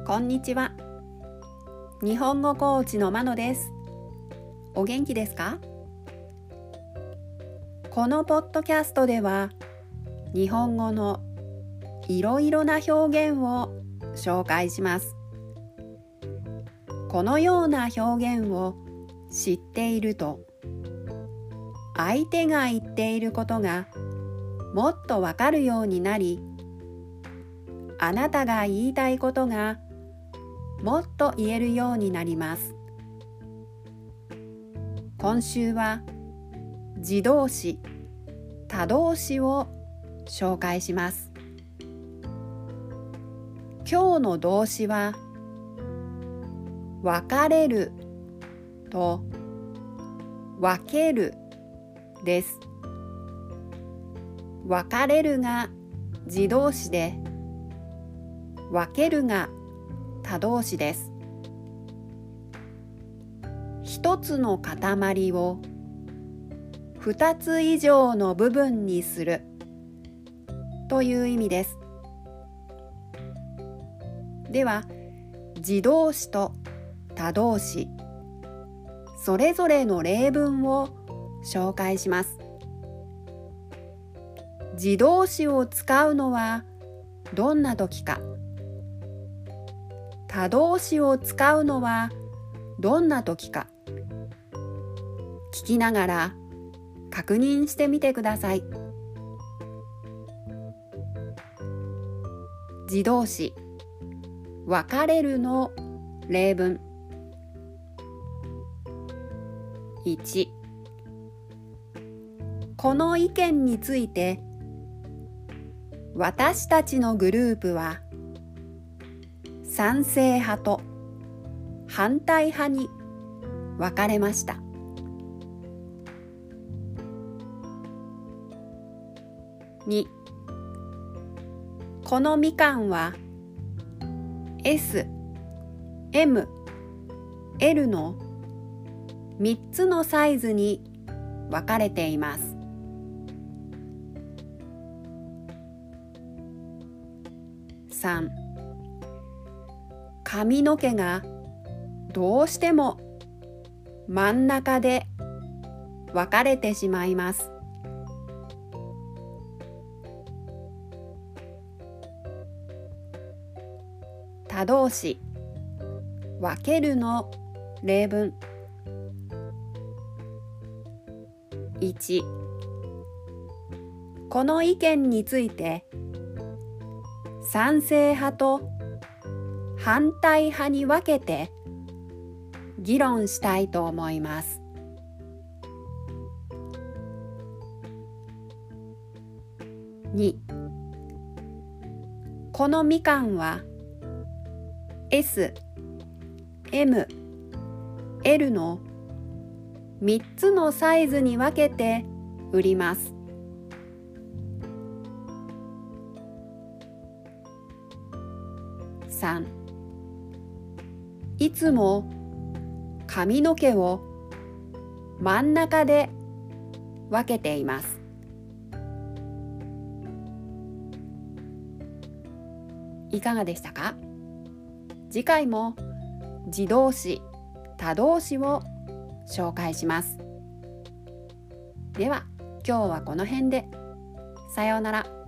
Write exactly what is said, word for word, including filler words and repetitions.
こんにちは。日本語コーチのまのです。お元気ですか？このポッドキャストでは日本語のいろいろな表現を紹介します。このような表現を知っていると、相手が言っていることがもっとわかるようになり、あなたが言いたいことがもっと言えるようになります。今週は自動詞、他動詞を紹介します。今日の動詞は別れると分けるです。別れるが自動詞で、分けるが他動詞です。一つの塊を二つ以上の部分にするという意味です。では、自動詞と他動詞、それぞれの例文を紹介します。自動詞を使うのはどんな時か、他動詞を使うのはどんな時か、聞きながら確認してみてください。自動詞、別れるの例文。いち、この意見について私たちのグループは賛成派と反対派に分かれました。に、このみかんは エス、エム、エル のみっつのサイズに分かれています。さん、髪の毛がどうしても真ん中で分かれてしまいます。他動詞、分けるの例文。いち、この意見について賛成派と反対派に分けて議論したいと思います。に、このみかんは エス、エム、エル のみっつのサイズに分けて売ります。さん、いつも髪の毛を真ん中で分けています。いかがでしたか？次回も自動詞、他動詞を紹介します。では、今日はこの辺で。さようなら。